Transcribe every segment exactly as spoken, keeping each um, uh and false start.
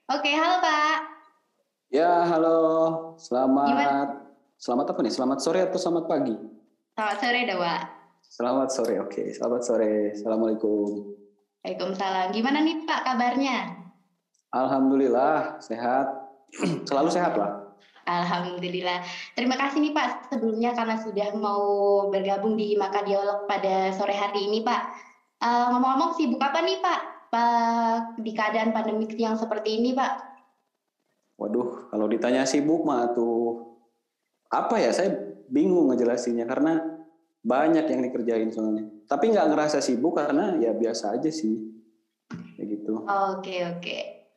Oke, halo Pak. Ya, halo. Gimana? Selamat selamat apa nih? Selamat sore atau selamat pagi? Selamat sore dah, Pak. Selamat sore. Oke, selamat sore. Assalamualaikum. Waalaikumsalam. Gimana nih Pak kabarnya? Alhamdulillah sehat. Selalu sehat Alhamdulillah. lah. Alhamdulillah. Terima kasih nih Pak sebelumnya karena sudah mau bergabung di Maka Dialog pada sore hari ini, Pak. Eh, ngomong-ngomong sibuk apa nih Pak? Pak di keadaan pandemik yang seperti ini, Pak? Waduh, kalau ditanya sibuk mah tuh apa ya? Saya bingung ngejelasinnya karena banyak yang dikerjain soalnya. Tapi nggak ngerasa sibuk karena ya biasa aja sih. Kayak gitu. Oke, oke.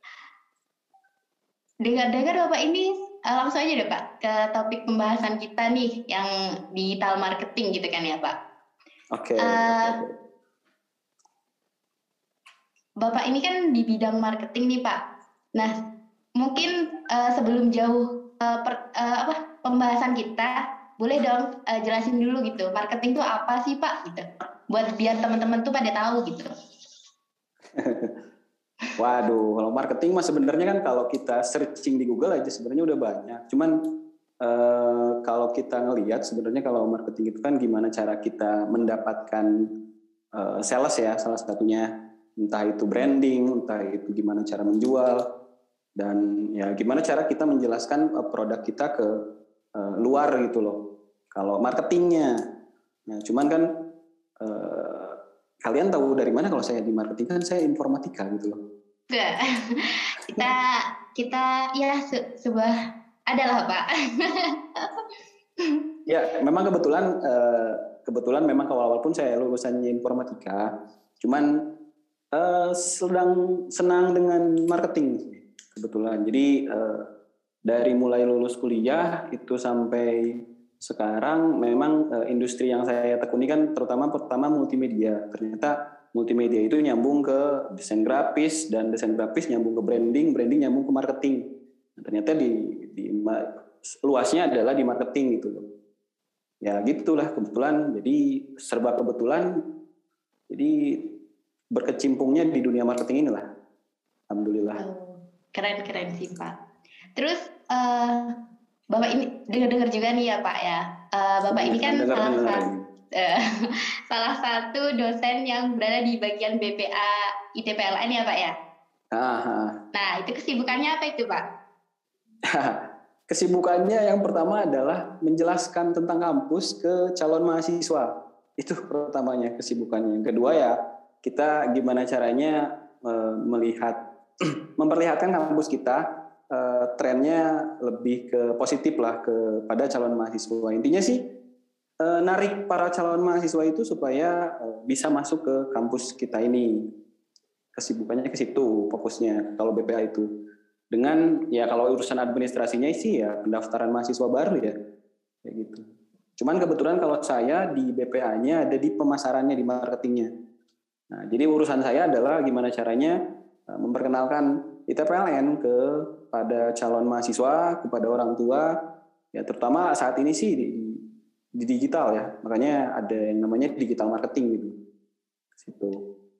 Dengar-dengar Bapak ini eh, langsung aja deh Pak ke topik pembahasan kita nih yang digital marketing gitu kan ya Pak. Oke, oke, Eh, oke. Bapak ini kan di bidang marketing nih Pak. Nah, mungkin uh, sebelum jauh uh, per, uh, apa pembahasan kita, boleh dong uh, jelasin dulu gitu. Marketing itu apa sih Pak? Gitu. Buat biar teman-teman tuh pada tahu gitu. Waduh, kalau marketing mah sebenarnya kan kalau kita searching di Google aja sebenarnya udah banyak. Cuman eh, kalau kita ngelihat sebenarnya kalau marketing itu kan gimana cara kita mendapatkan eh, sales ya salah satunya, entah itu branding, entah itu gimana cara menjual, dan ya gimana cara kita menjelaskan eh, produk kita ke eh, luar gitu loh. Kalau marketingnya, nah cuman kan eh, kalian tahu dari mana kalau saya di marketing kan saya informatika gitu loh. Nggak. kita kita ya se sebuah adalah Pak. Ya, memang kebetulan eh, kebetulan memang awal-awal pun saya lulusannya informatika, cuman eh, sedang senang dengan marketing kebetulan. Jadi eh, dari mulai lulus kuliah itu sampai sekarang memang eh, industri yang saya tekuni kan terutama pertama multimedia. Ternyata multimedia itu nyambung ke desain grafis dan desain grafis nyambung ke branding, branding nyambung ke marketing. Nah, ternyata di, di luasnya adalah di marketing gitu loh. Ya gitulah kebetulan, jadi serba kebetulan, jadi berkecimpungnya di dunia marketing inilah, alhamdulillah. Oh, keren-keren sih Pak. Terus uh, Bapak ini dengar-dengar juga nih ya Pak ya. Uh, Bapak ini kan Dengar salah dengar satu uh, salah satu dosen yang berada di bagian B P A I T P L N ya Pak ya. ah, Nah itu kesibukannya apa itu Pak? Kesibukannya yang pertama adalah menjelaskan tentang kampus ke calon mahasiswa. Itu pertamanya kesibukannya. Yang kedua ya kita gimana caranya uh, melihat memperlihatkan kampus kita uh, trennya lebih ke positif lah kepada calon mahasiswa. Intinya sih uh, narik para calon mahasiswa itu supaya uh, bisa masuk ke kampus kita ini. Kesibukannya ke situ fokusnya kalau B P A itu. Dengan ya kalau urusan administrasinya sih ya pendaftaran mahasiswa baru ya kayak gitu. Cuman kebetulan kalau saya di B P A-nya ada di pemasarannya, di marketingnya. Nah, jadi urusan saya adalah gimana caranya memperkenalkan I T P L N kepada calon mahasiswa, kepada orang tua, ya terutama saat ini sih di, di digital ya. Makanya ada yang namanya digital marketing gitu. Situ.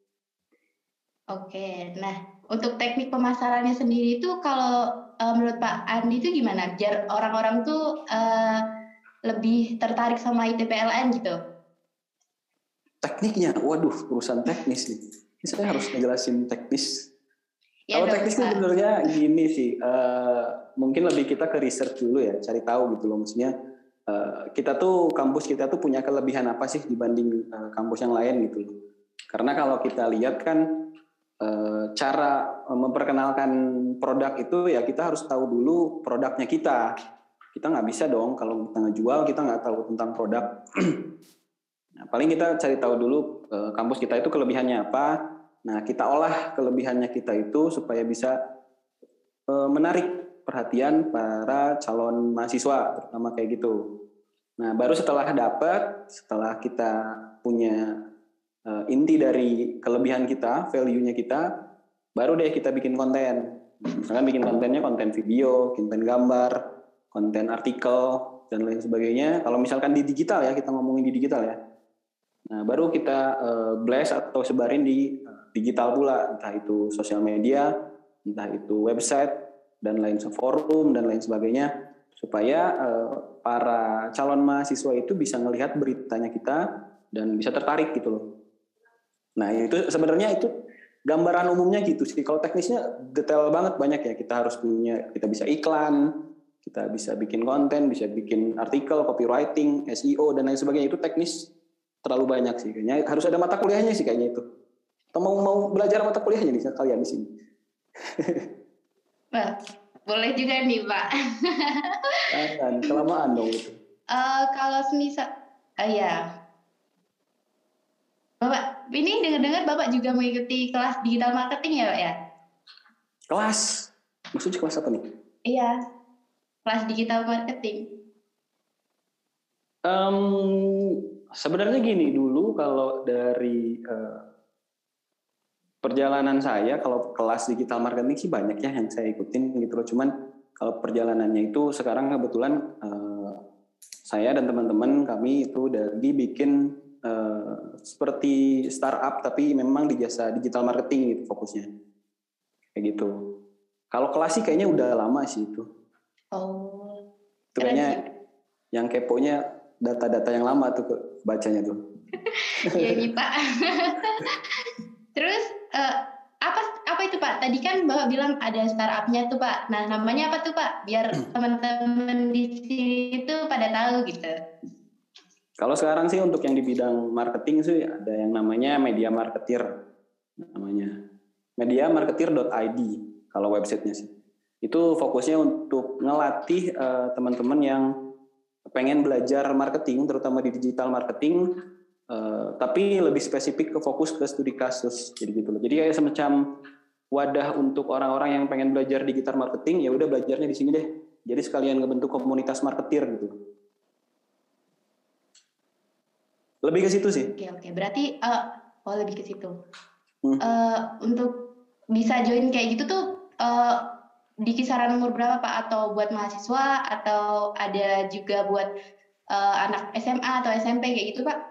Oke, nah untuk teknik pemasarannya sendiri itu kalau uh, menurut Pak Andi itu gimana? Biar orang-orang tuh uh, lebih tertarik sama I T P L N gitu. Tekniknya, waduh urusan teknis nih. Ini saya harus ngejelasin teknis. Ya Kalau dong, teknis Pak. sebenarnya gini sih, uh, mungkin lebih kita ke research dulu ya, cari tahu gitu loh. Maksudnya uh, kita tuh kampus kita tuh punya kelebihan apa sih dibanding uh, kampus yang lain gitu loh. Karena kalau kita lihat kan uh, cara memperkenalkan produk itu ya kita harus tahu dulu produknya kita. Kita nggak bisa dong kalau kita ngejual kita nggak tahu tentang produk. Nah, paling kita cari tahu dulu uh, kampus kita itu kelebihannya apa. Nah, kita olah kelebihannya kita itu supaya bisa e, menarik perhatian para calon mahasiswa, terutama kayak gitu. Nah, baru setelah dapat, setelah kita punya e, inti dari kelebihan kita, value-nya kita, baru deh kita bikin konten. Misalkan bikin kontennya konten video, konten gambar, konten artikel, dan lain sebagainya. Kalau misalkan di digital ya, kita ngomongin di digital ya. Nah, baru kita uh, blast atau sebarin di uh, digital pula, entah itu sosial media entah itu website dan lain forum dan lain sebagainya, supaya uh, para calon mahasiswa itu bisa ngelihat beritanya kita dan bisa tertarik gitu loh. Nah itu sebenarnya itu gambaran umumnya gitu sih. Kalau teknisnya detail banget, banyak ya. Kita harus punya, kita bisa iklan, kita bisa bikin konten, bisa bikin artikel, copywriting, S E O dan lain sebagainya. Itu teknis terlalu banyak sih. Kayaknya harus ada mata kuliahnya sih kayaknya itu. Atau mau mau belajar mata kuliahnya nih kalian di sini? Nah, boleh juga nih Pak. Jangan, kelamaan dong itu. Uh, kalau semisal, uh, ya, Bapak, ini dengar-dengar Bapak juga mengikuti kelas digital marketing ya Pak ya? Kelas? Maksudnya kelas apa nih? Iya, kelas digital marketing. Um, sebenarnya gini, dulu kalau dari uh, perjalanan saya, kalau kelas digital marketing sih banyak ya yang saya ikutin gitu loh. Cuman kalau perjalanannya itu sekarang kebetulan uh, saya dan teman-teman kami itu udah dibikin uh, seperti startup tapi memang di jasa digital marketing gitu fokusnya. Kayak gitu. Kalau kelas sih kayaknya udah lama sih itu. Oh. Itu kayaknya yang keponya data-data yang lama tuh bacanya tuh. Iya nih Pak. Terus uh, apa apa itu Pak? Tadi kan Bapak bilang ada startupnya tuh Pak. Nah namanya apa tuh Pak? Biar teman-teman di sini tuh pada tahu gitu. Kalau sekarang sih untuk yang di bidang marketing sih ada yang namanya Media Marketer, namanya media marketer dot i d kalau websitenya sih. Itu fokusnya untuk ngelatih uh, teman-teman yang pengen belajar marketing, terutama di digital marketing. Uh, tapi lebih spesifik ke fokus ke studi kasus jadi gitu loh. Jadi kayak semacam wadah untuk orang-orang yang pengen belajar digital marketing, ya udah belajarnya di sini deh. Jadi sekalian ngebentuk komunitas marketer gitu. Lebih ke situ sih. Oke oke. Berarti uh, oh lebih ke situ. Hmm. Uh, untuk bisa join kayak gitu tuh uh, di kisaran umur berapa Pak? Atau buat mahasiswa atau ada juga buat uh, anak S M A atau S M P kayak gitu Pak?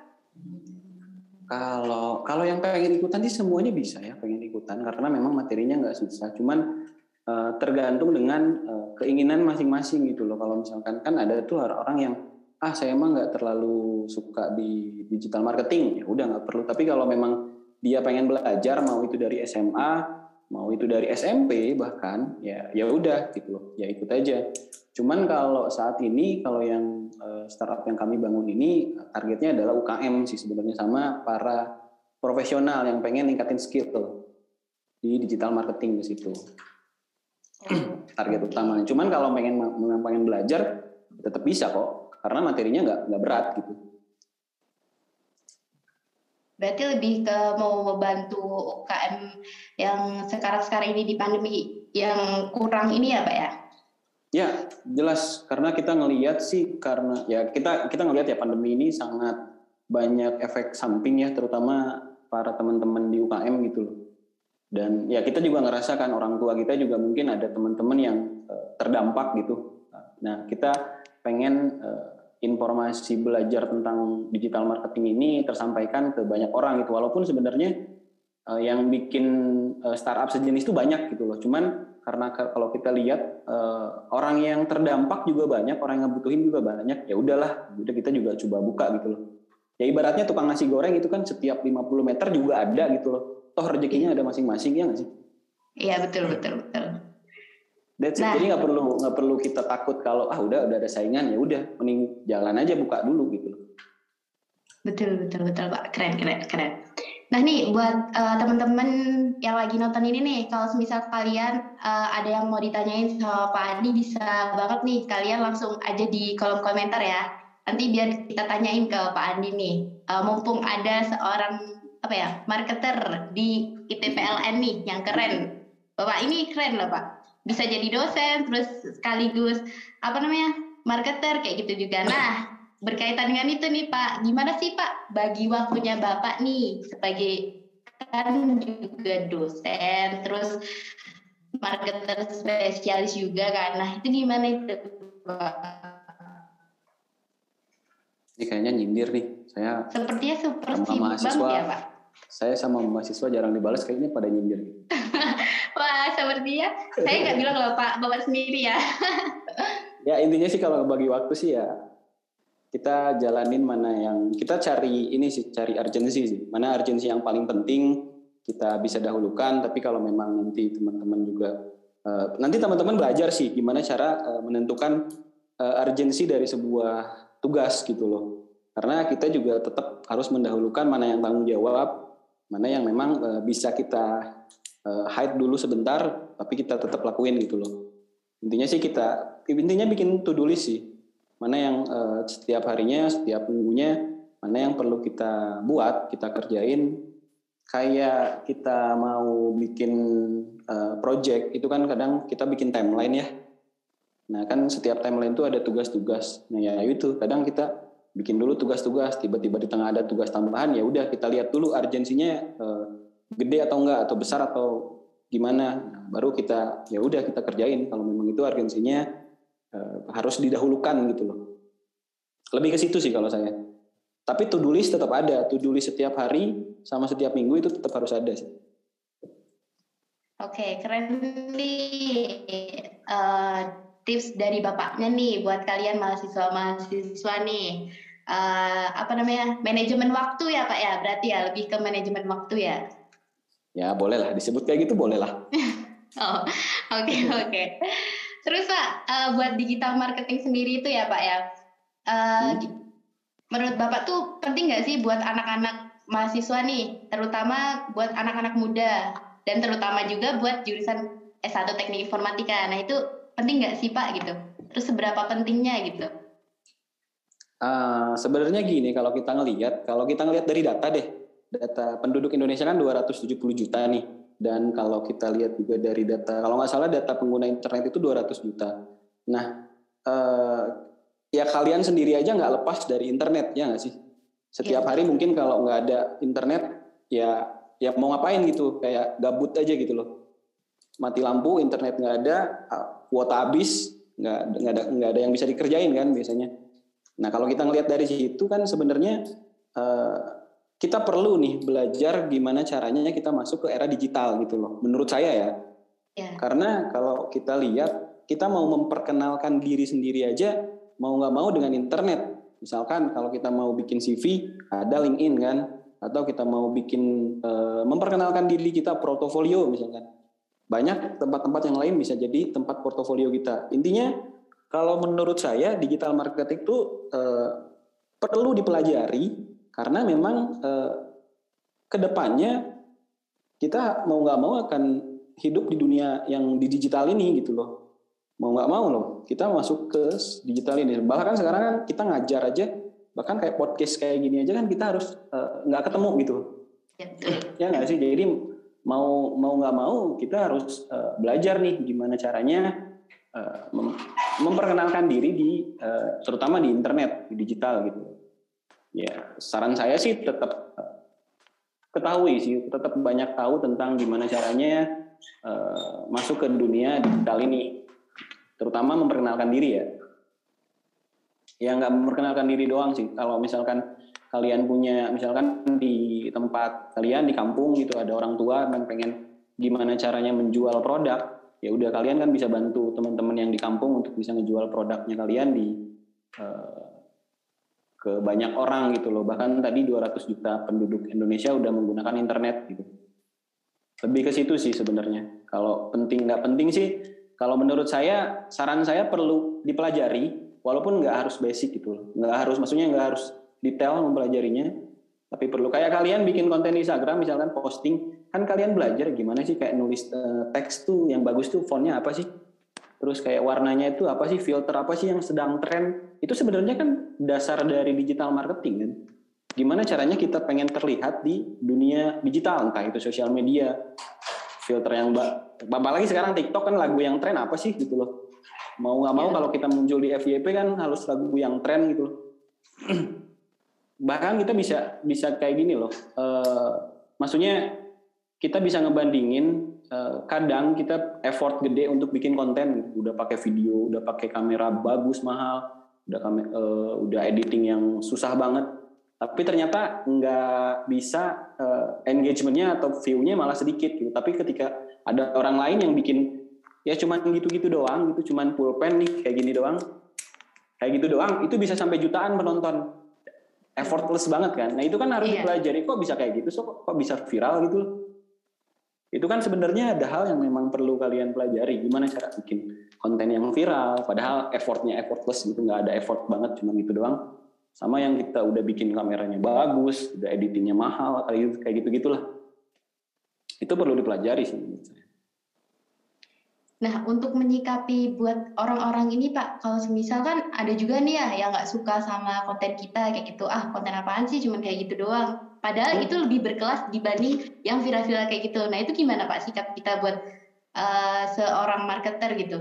Kalau kalau yang pengen ikutan sih semuanya bisa ya pengen ikutan karena memang materinya nggak susah. Cuman uh, tergantung dengan uh, keinginan masing-masing gitu loh. Kalau misalkan kan ada tuh orang yang ah saya emang nggak terlalu suka di digital marketing, ya udah nggak perlu. Tapi kalau memang dia pengen belajar mau itu dari S M A, mau itu dari S M P bahkan ya ya udah gitu loh, ya ikut aja. Cuman kalau saat ini kalau yang uh, startup yang kami bangun ini targetnya adalah U K M sih sebenarnya sama para profesional yang pengen ningkatin skill di digital marketing di situ. Target utamanya. Cuman kalau pengen pengen belajar tetap bisa kok karena materinya nggak nggak berat gitu. Berarti lebih ke mau membantu U K M yang sekarang-sekarang ini di pandemi yang kurang ini ya Pak ya? Ya jelas karena kita ngelihat sih karena ya kita kita ngelihat ya pandemi ini sangat banyak efek samping ya terutama para teman-teman di U K M gitu loh. Dan ya kita juga ngerasakan orang tua kita juga mungkin ada teman-teman yang uh, terdampak gitu. Nah kita pengen uh, informasi belajar tentang digital marketing ini tersampaikan ke banyak orang gitu. Walaupun sebenarnya uh, yang bikin uh, startup sejenis itu banyak gitu loh. Cuman karena kalau kita lihat uh, orang yang terdampak juga banyak, orang yang ngebutuhin juga banyak. Ya udahlah, udah kita juga coba buka gitu loh. Ya ibaratnya tukang nasi goreng itu kan setiap lima puluh meter juga ada gitu loh. Toh rezekinya ada masing-masing ya nggak sih? Iya betul betul betul. That's it. Nah, jadi nggak perlu nggak perlu kita takut kalau ah udah udah ada saingan ya udah mending jalan aja buka dulu gitu loh. Betul betul betul Pak, keren keren keren. Nah nih buat uh, teman-teman yang lagi nonton ini nih, kalau misal kalian uh, ada yang mau ditanyain sama Pak Andi bisa banget nih kalian langsung aja di kolom komentar ya. Nanti biar kita tanyain ke Pak Andi nih. Uh, mumpung ada seorang apa ya marketer di I T P L N nih yang keren. Bapak ini keren loh Pak. Bisa jadi dosen terus sekaligus apa namanya marketer kayak gitu juga. Nah berkaitan dengan itu nih Pak, gimana sih Pak bagi waktunya Bapak nih sebagai kan juga dosen, terus marketer spesialis juga kan, nah itu gimana itu Pak? Ini kayaknya nyindir nih, saya sepertinya super sibuk banget ya Pak. Saya sama mahasiswa jarang dibalas, kayaknya pada nyindir. Wah, sepertinya saya nggak bilang loh Pak, Bapak sendiri ya. Ya intinya sih kalau bagi waktu sih ya kita jalanin mana yang kita cari ini sih, cari urgensi sih. Mana urgensi yang paling penting kita bisa dahulukan. Tapi kalau memang nanti teman-teman juga uh, nanti teman-teman belajar sih gimana cara uh, menentukan uh, urgensi dari sebuah tugas gitu loh. Karena kita juga tetap harus mendahulukan mana yang tanggung jawab, mana yang memang uh, bisa kita uh, hide dulu sebentar, tapi kita tetap lakuin gitu loh. Intinya sih kita, intinya bikin to-do list sih. Mana yang uh, setiap harinya, setiap minggunya, mana yang perlu kita buat, kita kerjain. Kayak kita mau bikin uh, project, itu kan kadang kita bikin timeline ya. Nah kan setiap timeline itu ada tugas-tugas. Nah ya itu, kadang kita bikin dulu tugas-tugas, tiba-tiba di tengah ada tugas tambahan, ya udah kita lihat dulu urgensinya uh, gede atau enggak, atau besar atau gimana. Nah, baru kita, ya udah kita kerjain. Kalau memang itu urgensinya uh, harus didahulukan gitu loh. Lebih ke situ sih kalau saya. Tapi to-do list tetap ada. To-do list setiap hari sama setiap minggu itu tetap harus ada sih. Oke, keren nih uh, tips dari Bapaknya nih buat kalian mahasiswa-mahasiswa nih. Uh, apa namanya? Manajemen waktu ya Pak ya? Berarti ya lebih ke manajemen waktu ya? Ya, boleh lah. Disebut kayak gitu boleh lah. Oh, oke, okay, oke. Okay. Terus Pak, uh, buat digital marketing sendiri itu ya Pak ya? Uh, hmm? Menurut Bapak tuh penting nggak sih buat anak-anak mahasiswa nih, terutama buat anak-anak muda, dan terutama juga buat jurusan S satu Teknik Informatika. Nah itu penting nggak sih Pak gitu? Terus seberapa pentingnya gitu? Uh, sebenarnya gini, kalau kita ngelihat, kalau kita ngelihat dari data deh, data penduduk Indonesia kan dua ratus tujuh puluh juta nih, dan kalau kita lihat juga dari data, kalau nggak salah data pengguna internet itu dua ratus juta. Nah, uh, ya kalian sendiri aja nggak lepas dari internet, ya nggak sih? Setiap hari mungkin kalau nggak ada internet, ya ya mau ngapain gitu, kayak gabut aja gitu loh. Mati lampu, internet nggak ada, kuota habis, nggak nggak ada nggak ada yang bisa dikerjain kan biasanya. Nah kalau kita ngelihat dari situ kan sebenarnya uh, kita perlu nih belajar gimana caranya kita masuk ke era digital gitu loh. Menurut saya ya, ya. Karena kalau kita lihat kita mau memperkenalkan diri sendiri aja, mau nggak mau dengan internet. Misalkan kalau kita mau bikin C V, ada LinkedIn kan, atau kita mau bikin e, memperkenalkan diri kita, portofolio misalkan. Banyak tempat-tempat yang lain bisa jadi tempat portofolio kita. Intinya kalau menurut saya digital marketing itu e, perlu dipelajari karena memang e, kedepannya kita mau nggak mau akan hidup di dunia yang di digital ini gitu loh. Mau nggak mau loh, kita masuk ke digital ini. Bahkan sekarang kan kita ngajar aja, bahkan kayak podcast kayak gini aja kan kita harus uh, nggak ketemu gitu. Ya nggak sih? Jadi mau mau nggak mau kita harus uh, belajar nih gimana caranya uh, mem- memperkenalkan diri di uh, terutama di internet, di digital gitu. Ya saran saya sih tetap uh, ketahui sih, tetap banyak tahu tentang gimana caranya uh, masuk ke dunia digital ini. Terutama memperkenalkan diri ya. Ya nggak memperkenalkan diri doang sih. Kalau misalkan kalian punya, misalkan di tempat kalian di kampung gitu ada orang tua yang pengen gimana caranya menjual produk, ya udah kalian kan bisa bantu teman-teman yang di kampung untuk bisa ngejual produknya kalian di uh, ke banyak orang gitu loh. Bahkan tadi dua ratus juta penduduk Indonesia udah menggunakan internet gitu. Lebih ke situ sih sebenarnya. Kalau penting nggak penting sih. Kalau menurut saya, saran saya perlu dipelajari, walaupun nggak harus basic gitu, nggak harus, maksudnya nggak harus detail mempelajarinya, tapi perlu kayak kalian bikin konten di Instagram, misalkan posting, kan kalian belajar gimana sih kayak nulis uh, teks tuh yang bagus tuh fontnya apa sih, terus kayak warnanya itu apa sih, filter apa sih yang sedang tren, itu sebenarnya kan dasar dari digital marketing kan. Gimana caranya kita pengen terlihat di dunia digital, entah itu sosial media, filter yang apalagi sekarang TikTok kan lagu yang tren apa sih gitu loh. Mau nggak mau yeah. Kalau kita muncul di F Y P kan harus lagu yang tren gitu loh. Bahkan kita bisa bisa kayak gini loh. Uh, maksudnya kita bisa ngebandingin uh, kadang kita effort gede untuk bikin konten gitu. Udah pakai video, udah pakai kamera bagus mahal, udah kame, uh, udah editing yang susah banget. Tapi ternyata nggak bisa uh, engagement-nya atau view-nya malah sedikit gitu. Tapi ketika ada orang lain yang bikin ya cuman gitu-gitu doang gitu, cuman pulpen nih kayak gini doang, kayak gitu doang, itu bisa sampai jutaan penonton, effortless banget kan. Nah itu kan harus yeah. dipelajari, kok bisa kayak gitu, so kok bisa viral gitu. Itu kan sebenarnya ada hal yang memang perlu kalian pelajari, gimana cara bikin konten yang viral, padahal effortnya effortless gitu, nggak ada effort banget, cuma gitu doang. Sama yang kita udah bikin kameranya bagus, udah editingnya mahal, kayak gitu gitulah. Itu perlu dipelajari sih. Nah, untuk menyikapi buat orang-orang ini Pak, kalau semisal kan ada juga nih ya yang nggak suka sama konten kita kayak gitu, ah konten apaan sih, cuma kayak gitu doang. Padahal hmm. itu lebih berkelas dibanding yang viral-viral kayak gitu. Nah itu gimana Pak sikap kita buat uh, seorang marketer gitu?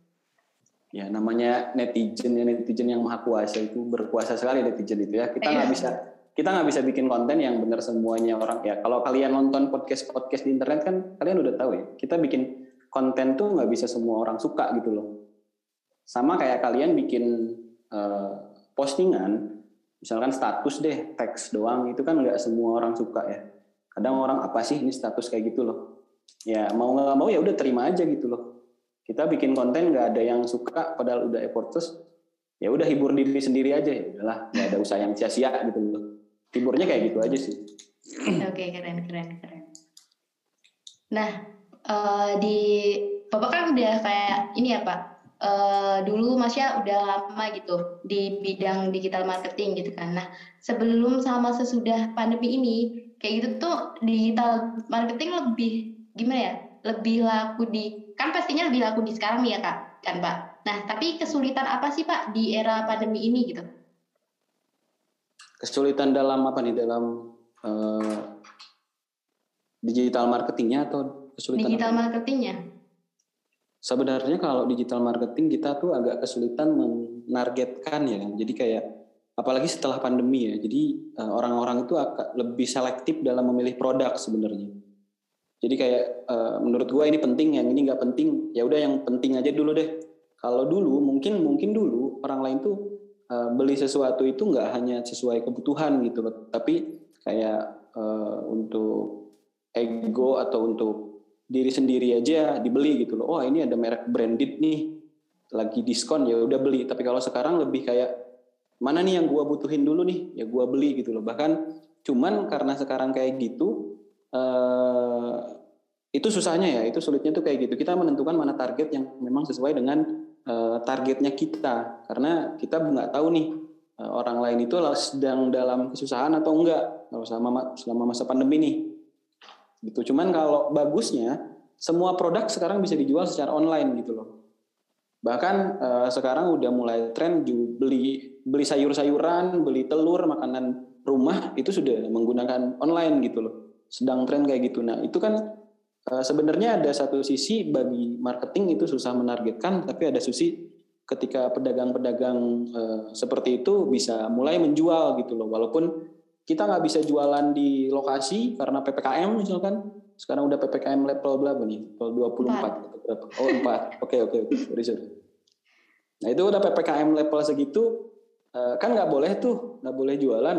Ya namanya netizen, ya netizen yang maha kuasa itu, berkuasa sekali netizen itu ya. Kita nggak bisa kita nggak bisa bikin konten yang benar semuanya orang ya. Kalau kalian nonton podcast podcast di internet kan kalian udah tahu ya. Kita bikin konten tuh nggak bisa semua orang suka gitu loh. Sama kayak kalian bikin uh, postingan, misalkan status deh, teks doang, itu kan nggak semua orang suka ya. Kadang orang apa sih ini status kayak gitu loh. Ya mau nggak mau ya udah terima aja gitu loh. Kita bikin konten nggak ada yang suka, padahal udah effortless. Ya udah hibur diri sendiri aja ya, udahlah nggak ada usaha yang sia-sia gitu loh. Hiburnya kayak gitu aja sih. Oke, keren keren keren. Nah. Uh, di Bapak kan udah kayak ini ya Pak, uh, dulu Masya udah lama gitu di bidang digital marketing gitu kan. Nah sebelum sama sesudah pandemi ini kayak gitu tuh digital marketing lebih gimana ya, lebih laku di, kan pastinya lebih laku di sekarang nih ya Kak kan Pak. Nah tapi kesulitan apa sih Pak di era pandemi ini gitu? Kesulitan dalam apa nih, dalam uh, digital marketingnya atau kesulitan digital apa? Marketingnya? Sebenarnya kalau digital marketing kita tuh agak kesulitan menargetkan ya. Jadi kayak apalagi setelah pandemi ya. Jadi orang-orang itu akan lebih selektif dalam memilih produk sebenarnya. Jadi kayak menurut gua ini penting, yang ini nggak penting. Ya udah yang penting aja dulu deh. Kalau dulu mungkin mungkin dulu orang lain tuh beli sesuatu itu nggak hanya sesuai kebutuhan gitu loh, tapi kayak untuk ego atau untuk diri sendiri aja dibeli gitu loh. Oh ini ada merek branded nih, lagi diskon ya udah beli. Tapi kalau sekarang lebih kayak mana nih yang gua butuhin dulu nih, ya gua beli gitu loh. Bahkan cuman karena sekarang kayak gitu, eh, itu susahnya ya, itu sulitnya tuh kayak gitu. Kita menentukan mana target yang memang sesuai dengan eh, targetnya kita. Karena kita nggak tahu nih eh, orang lain itu sedang dalam kesusahan atau enggak kalau selama selama masa pandemi nih. Gitu. Cuman kalau bagusnya semua produk sekarang bisa dijual secara online gitu loh. Bahkan eh, sekarang udah mulai tren beli beli sayur-sayuran, beli telur, makanan rumah itu sudah menggunakan online gitu loh. Sedang tren kayak gitu. Nah, itu kan eh, sebenarnya ada satu sisi bagi marketing itu susah menargetkan, tapi ada sisi ketika pedagang-pedagang eh, seperti itu bisa mulai menjual gitu loh. Walaupun kita nggak bisa jualan di lokasi karena P P K M misalkan. Sekarang udah P P K M level berapa nih? Level dua puluh empat. Oh empat. Oke oke oke. Sorry sorry. Nah itu udah P P K M level segitu, kan nggak boleh tuh, nggak boleh jualan.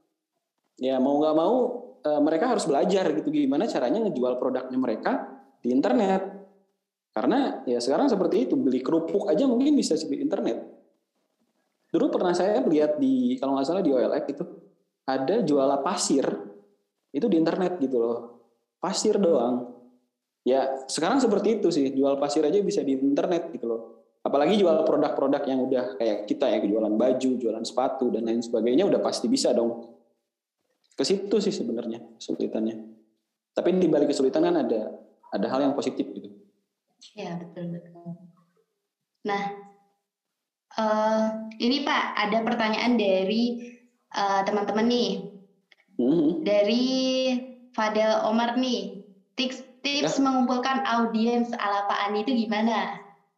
Ya mau nggak mau mereka harus belajar gitu gimana caranya ngejual produknya mereka di internet. Karena ya sekarang seperti itu, beli kerupuk aja mungkin bisa di internet. Dulu pernah saya lihat di, kalau nggak salah di O L X itu, ada jualan pasir itu di internet gitu loh, pasir doang. Ya sekarang seperti itu sih, jual pasir aja bisa di internet gitu loh. Apalagi jual produk-produk yang udah kayak kita ya, jualan baju, jualan sepatu dan lain sebagainya udah pasti bisa dong. Ke situ sih sebenarnya kesulitannya. Tapi di balik kesulitan kan ada ada hal yang positif gitu. Ya betul betul. Nah uh, ini Pak ada pertanyaan dari Uh, teman-teman nih mm-hmm. dari Fadel Omar nih, tips tips ya. Mengumpulkan audiens ala Pak Andi itu gimana?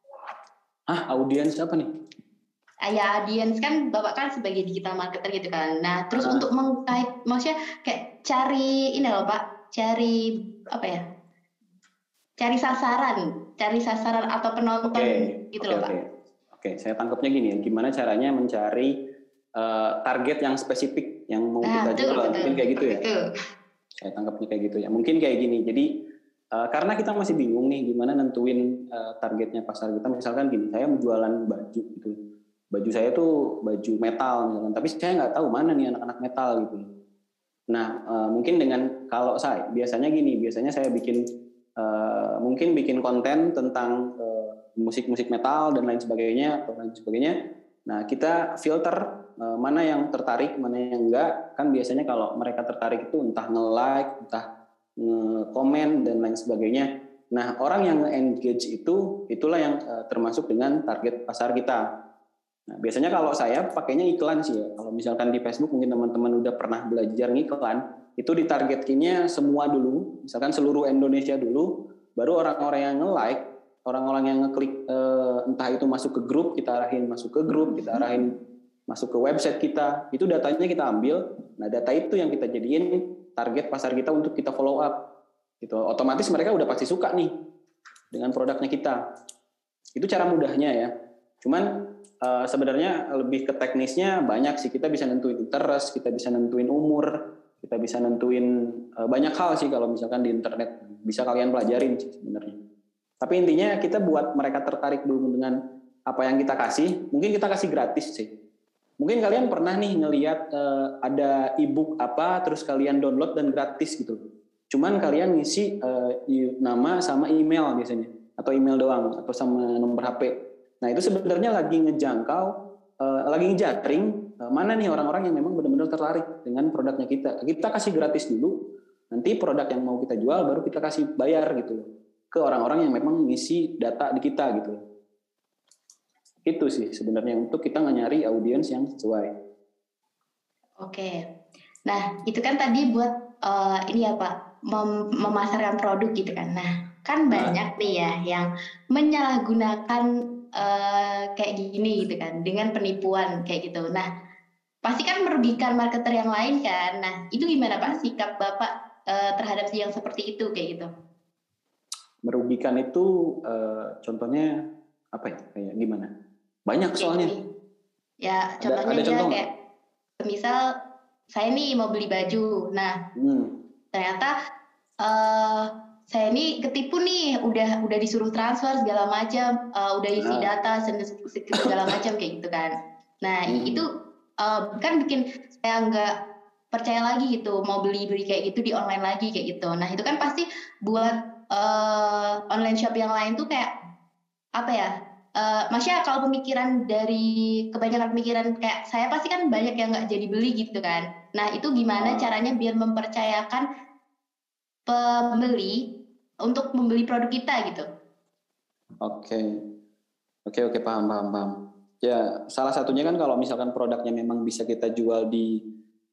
Ah audiens apa nih? Ah, ya audiens kan Bapak kan sebagai digital marketer gitu kan. Nah terus ah. untuk mengkait, maksudnya kayak cari ini loh Pak, cari apa ya? Cari sasaran, cari sasaran atau penonton okay. gitu okay, loh Pak. Oke, okay. okay. Saya tangkapnya gini, gimana caranya mencari Uh, target yang spesifik yang mau nah, kita jual, mungkin kayak gitu ya. Betul. Saya tangkapnya kayak gitu ya. Mungkin kayak gini. Jadi uh, karena kita masih bingung nih gimana nentuin uh, targetnya pasar kita. Misalkan gini, saya mau jualan baju gitu. Baju saya tuh baju metal misalkan, tapi saya nggak tahu mana nih anak-anak metal gitu. Nah, uh, mungkin dengan kalau saya biasanya gini, biasanya saya bikin uh, mungkin bikin konten tentang uh, musik-musik metal dan lain sebagainya atau lain sebagainya. Nah, kita filter uh, mana yang tertarik, mana yang enggak. Kan biasanya kalau mereka tertarik itu entah nge-like, entah nge-komen dan lain sebagainya. Nah, orang yang nge-engage itu itulah yang uh, termasuk dengan target pasar kita. Nah, biasanya kalau saya pakainya iklan sih ya. Kalau misalkan di Facebook mungkin teman-teman udah pernah belajar ngiklan, itu ditargetkinnya semua dulu, misalkan seluruh Indonesia dulu, baru orang-orang yang nge-like, orang-orang yang ngeklik eh, entah itu masuk ke grup, kita arahin masuk ke grup, kita arahin masuk ke website kita, itu datanya kita ambil. Nah, data itu yang kita jadiin target pasar kita untuk kita follow up. Gitu. Otomatis mereka udah pasti suka nih dengan produknya kita. Itu cara mudahnya ya. Cuman Uh, sebenarnya lebih ke teknisnya banyak sih. Kita bisa nentuin interest, kita bisa nentuin umur, kita bisa nentuin uh, banyak hal sih kalau misalkan di internet. Bisa kalian pelajarin sih sebenarnya. Tapi intinya kita buat mereka tertarik dulu dengan apa yang kita kasih. Mungkin kita kasih gratis sih. Mungkin kalian pernah nih ngelihat uh, ada ebook apa, terus kalian download dan gratis gitu. Cuman kalian ngisi uh, nama sama email biasanya. Atau email doang, atau sama nomor H P. Nah, itu sebenarnya lagi ngejangkau, uh, lagi ngejaring uh, mana nih orang-orang yang memang benar-benar tertarik dengan produknya kita. Kita kasih gratis dulu, nanti produk yang mau kita jual baru kita kasih bayar gitu ke orang-orang yang memang ngisi data di kita gitu. Itu sih sebenarnya untuk kita nyari audiens yang sesuai. Oke, nah itu kan tadi buat uh, ini ya Pak, mem- memasarkan produk gitu kan. Nah, kan banyak nih ya yang menyalahgunakan Uh, kayak gini gitu kan, dengan penipuan kayak gitu. Nah, pasti kan merugikan marketer yang lain kan. Nah, itu gimana Pak sikap Bapak uh, terhadap yang seperti itu kayak gitu? Merugikan itu uh, contohnya apa ya? Kayak gimana? Banyak soalnya. Ya, contohnya ada, ada contoh kayak misal saya nih mau beli baju. Nah, hmm. ternyata uh, saya ini ketipu nih, udah udah disuruh transfer segala macam, uh, udah isi nah. data segala macam kayak gitu kan. Nah hmm. itu uh, kan bikin saya nggak percaya lagi gitu, mau beli beli kayak gitu di online lagi kayak gitu. Nah itu kan pasti buat uh, online shop yang lain tuh kayak apa ya? Uh, Masya kalau pemikiran dari kebanyakan pemikiran kayak saya pasti kan banyak yang nggak jadi beli gitu kan. Nah itu gimana oh. caranya biar mempercayakan pembeli untuk membeli produk kita gitu. Oke, oke, oke, paham, paham, paham. Ya, salah satunya kan kalau misalkan produknya memang bisa kita jual di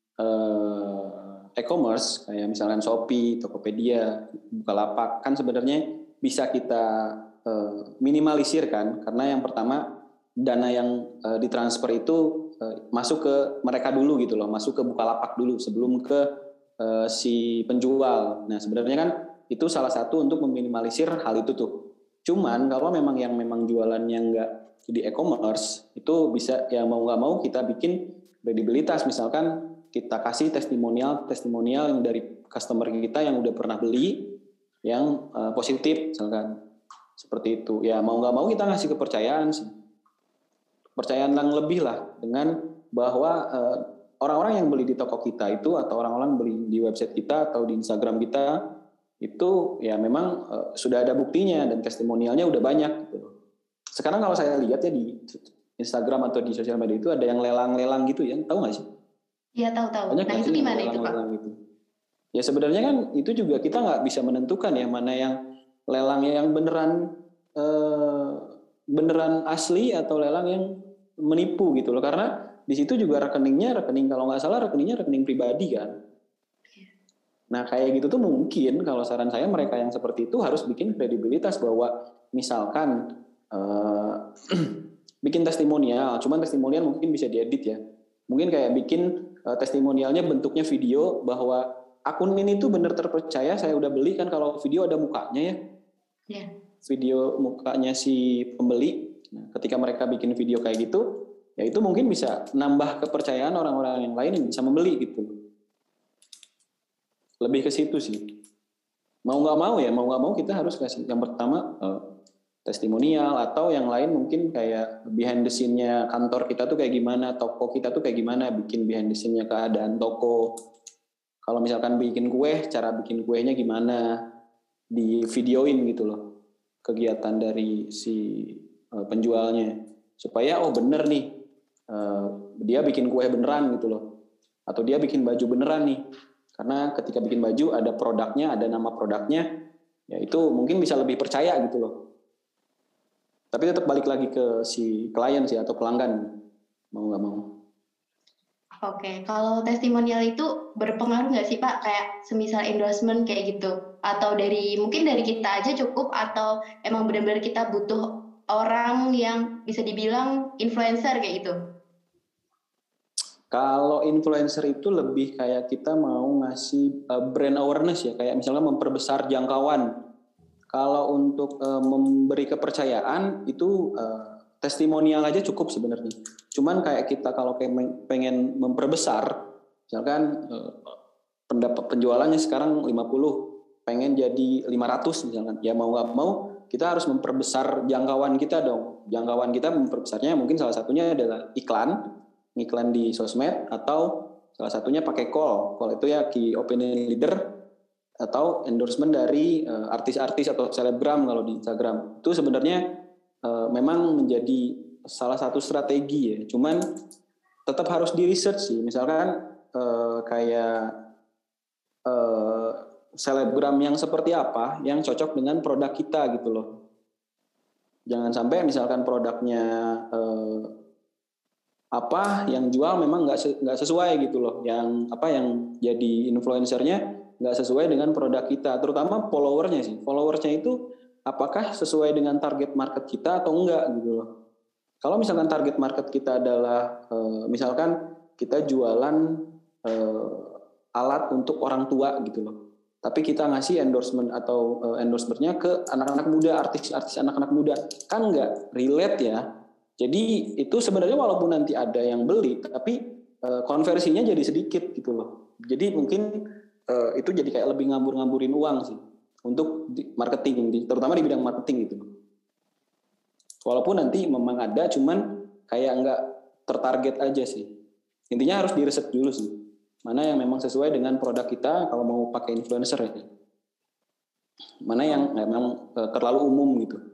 uh, e-commerce, kayak misalkan Shopee, Tokopedia, Bukalapak, kan sebenarnya bisa kita uh, minimalisir kan, karena yang pertama dana yang uh, ditransfer itu uh, masuk ke mereka dulu gitu loh, masuk ke Bukalapak dulu sebelum ke uh, si penjual. Nah, sebenarnya kan itu salah satu untuk meminimalisir hal itu tuh. Cuman kalau memang yang memang jualannya nggak di e-commerce, itu bisa ya mau nggak mau kita bikin kredibilitas. Misalkan kita kasih testimonial testimonial yang dari customer kita yang udah pernah beli yang uh, positif, misalkan seperti itu. Ya mau nggak mau kita ngasih kepercayaan sih, kepercayaan yang lebih lah dengan bahwa uh, orang-orang yang beli di toko kita itu atau orang-orang beli di website kita atau di Instagram kita itu ya memang uh, sudah ada buktinya dan testimonialnya udah banyak gitu. Sekarang kalau saya lihat ya di Instagram atau di sosial media itu ada yang lelang-lelang gitu ya, tahu nggak sih? Iya tahu-tahu. Nah itu gimana itu Pak? Gitu. Ya sebenarnya kan itu juga kita nggak bisa menentukan ya mana yang lelang yang beneran eh, beneran asli atau lelang yang menipu gitu loh, karena di situ juga rekeningnya rekening kalau nggak salah rekeningnya rekening pribadi kan. Nah kayak gitu tuh mungkin kalau saran saya mereka yang seperti itu harus bikin kredibilitas bahwa misalkan uh, bikin testimonial, cuman testimonial mungkin bisa diedit ya. Mungkin kayak bikin uh, testimonialnya bentuknya video bahwa akun ini tuh benar terpercaya, saya udah beli kan, kalau video ada mukanya ya. Yeah. Video mukanya si pembeli. Nah, ketika mereka bikin video kayak gitu, ya itu mungkin bisa nambah kepercayaan orang-orang yang lain yang bisa membeli gitu. Lebih ke situ sih. mau nggak mau ya, mau nggak mau kita harus kasih. Yang pertama uh, testimonial, atau yang lain mungkin kayak behind the scene-nya kantor kita tuh kayak gimana, toko kita tuh kayak gimana, bikin behind the scene-nya keadaan toko. Kalau misalkan bikin kue, cara bikin kuenya gimana, di videoin gitu loh kegiatan dari si uh, penjualnya, supaya oh bener nih uh, dia bikin kue beneran gitu loh, atau dia bikin baju beneran nih, karena ketika bikin baju ada produknya, ada nama produknya, ya itu mungkin bisa lebih percaya gitu loh. Tapi tetap balik lagi ke si klien sih atau pelanggan, mau nggak mau. Oke, kalau testimonial itu berpengaruh nggak sih Pak? Kayak semisal endorsement kayak gitu, atau dari mungkin dari kita aja cukup, atau emang benar-benar kita butuh orang yang bisa dibilang influencer kayak gitu? Kalau influencer itu lebih kayak kita mau ngasih uh, brand awareness ya, kayak misalnya memperbesar jangkauan. Kalau untuk uh, memberi kepercayaan itu uh, testimonial aja cukup sebenarnya. Cuman kayak kita kalau pengen memperbesar, misalkan uh, pendapat penjualannya sekarang lima puluh, pengen jadi lima ratus misalkan, ya mau nggak mau kita harus memperbesar jangkauan kita dong. Jangkauan kita memperbesarnya mungkin salah satunya adalah iklan, iklan di sosmed, atau salah satunya pakai call. Call itu ya key opinion leader, atau endorsement dari uh, artis-artis atau selebgram kalau di Instagram. Itu sebenarnya uh, memang menjadi salah satu strategi ya. Cuman tetap harus di research sih. Misalkan uh, kayak uh, selebgram yang seperti apa yang cocok dengan produk kita gitu loh. Jangan sampai misalkan produknya uh, apa yang jual memang nggak nggak sesuai gitu loh. Yang apa yang jadi influencernya nggak sesuai dengan produk kita, terutama followernya sih. Followersnya itu apakah sesuai dengan target market kita atau enggak gitu loh. Kalau misalkan target market kita adalah eh, misalkan kita jualan eh, alat untuk orang tua gitu loh, tapi kita ngasih endorsement atau eh, endorsementnya ke anak-anak muda, artis-artis anak-anak muda, kan nggak relate ya. Jadi itu sebenarnya walaupun nanti ada yang beli, tapi eh, konversinya jadi sedikit gitu loh. Jadi mungkin Uh, itu jadi kayak lebih ngambur-ngamburin uang sih untuk marketing, terutama di bidang marketing gitu. Walaupun nanti memang ada, cuman kayak nggak tertarget aja sih. Intinya harus direset dulu sih, mana yang memang sesuai dengan produk kita kalau mau pakai influencer ya. Mana yang memang uh, terlalu umum gitu.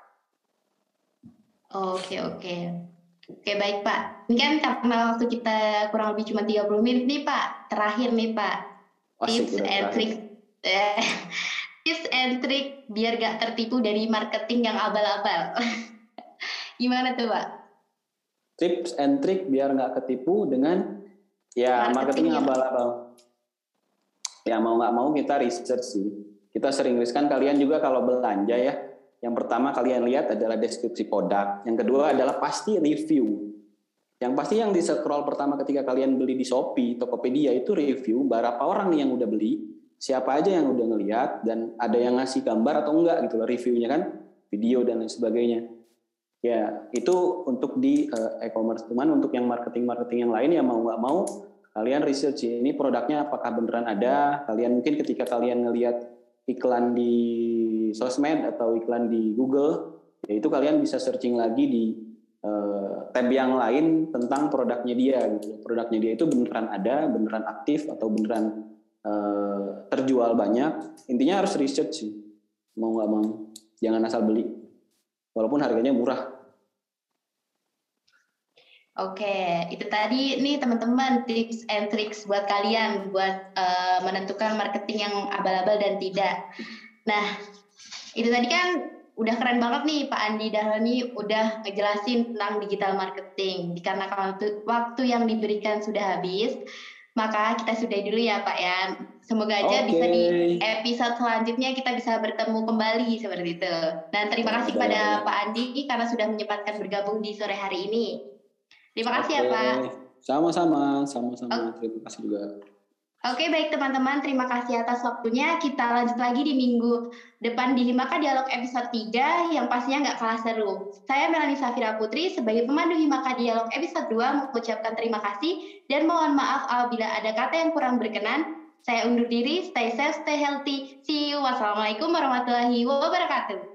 Oke, oke. Oke, baik Pak. Ini kan karena waktu kita kurang lebih cuma tiga puluh menit nih Pak. Terakhir nih Pak. Tips and trick eh, tips and trick biar gak tertipu dari marketing yang abal-abal. Gimana tuh Pak? Tips and trick biar gak ketipu dengan ya marketing, marketing yang abal-abal. Ya mau gak mau kita research sih. Kita sering riset kan, kalian juga kalau belanja ya, yang pertama kalian lihat adalah deskripsi produk. Yang kedua adalah pasti review. Yang pasti yang di scroll pertama ketika kalian beli di Shopee, Tokopedia itu review, berapa orang nih yang udah beli, siapa aja yang udah ngelihat, dan ada yang ngasih gambar atau enggak gitu loh reviewnya kan, video dan lain sebagainya. Ya itu untuk di uh, e-commerce. Cuman untuk yang marketing-marketing yang lain ya mau nggak mau kalian research ini produknya apakah beneran ada. Kalian mungkin ketika kalian ngelihat iklan di sosmed atau iklan di Google, ya itu kalian bisa searching lagi di Uh, tab yang lain tentang produknya dia gitu. Produknya dia itu beneran ada, beneran aktif, atau beneran uh, terjual banyak. Intinya harus research sih, mau nggak mau, jangan asal beli walaupun harganya murah. Oke, itu tadi nih teman-teman tips and tricks buat kalian buat uh, menentukan marketing yang abal-abal dan tidak. Nah, itu tadi kan udah keren banget nih Pak Andi Dahlan udah ngejelasin tentang digital marketing. Dikarenakan waktu yang diberikan sudah habis, maka kita sudahi dulu ya Pak ya. Semoga aja okay. bisa di episode selanjutnya kita bisa bertemu kembali seperti itu. Dan terima kasih kepada Pak Andi karena sudah menyempatkan bergabung di sore hari ini. Terima kasih okay. ya Pak. Sama-sama, sama-sama. Okay. Terima kasih juga. Oke, baik teman-teman, terima kasih atas waktunya. Kita lanjut lagi di minggu depan di Himaka Dialog episode tiga yang pastinya nggak kalah seru. Saya Melanie Safira Putri sebagai pemandu Himaka Dialog episode dua mengucapkan terima kasih dan mohon maaf apabila ada kata yang kurang berkenan. Saya undur diri, stay safe, stay healthy. See you. Wassalamualaikum warahmatullahi wabarakatuh.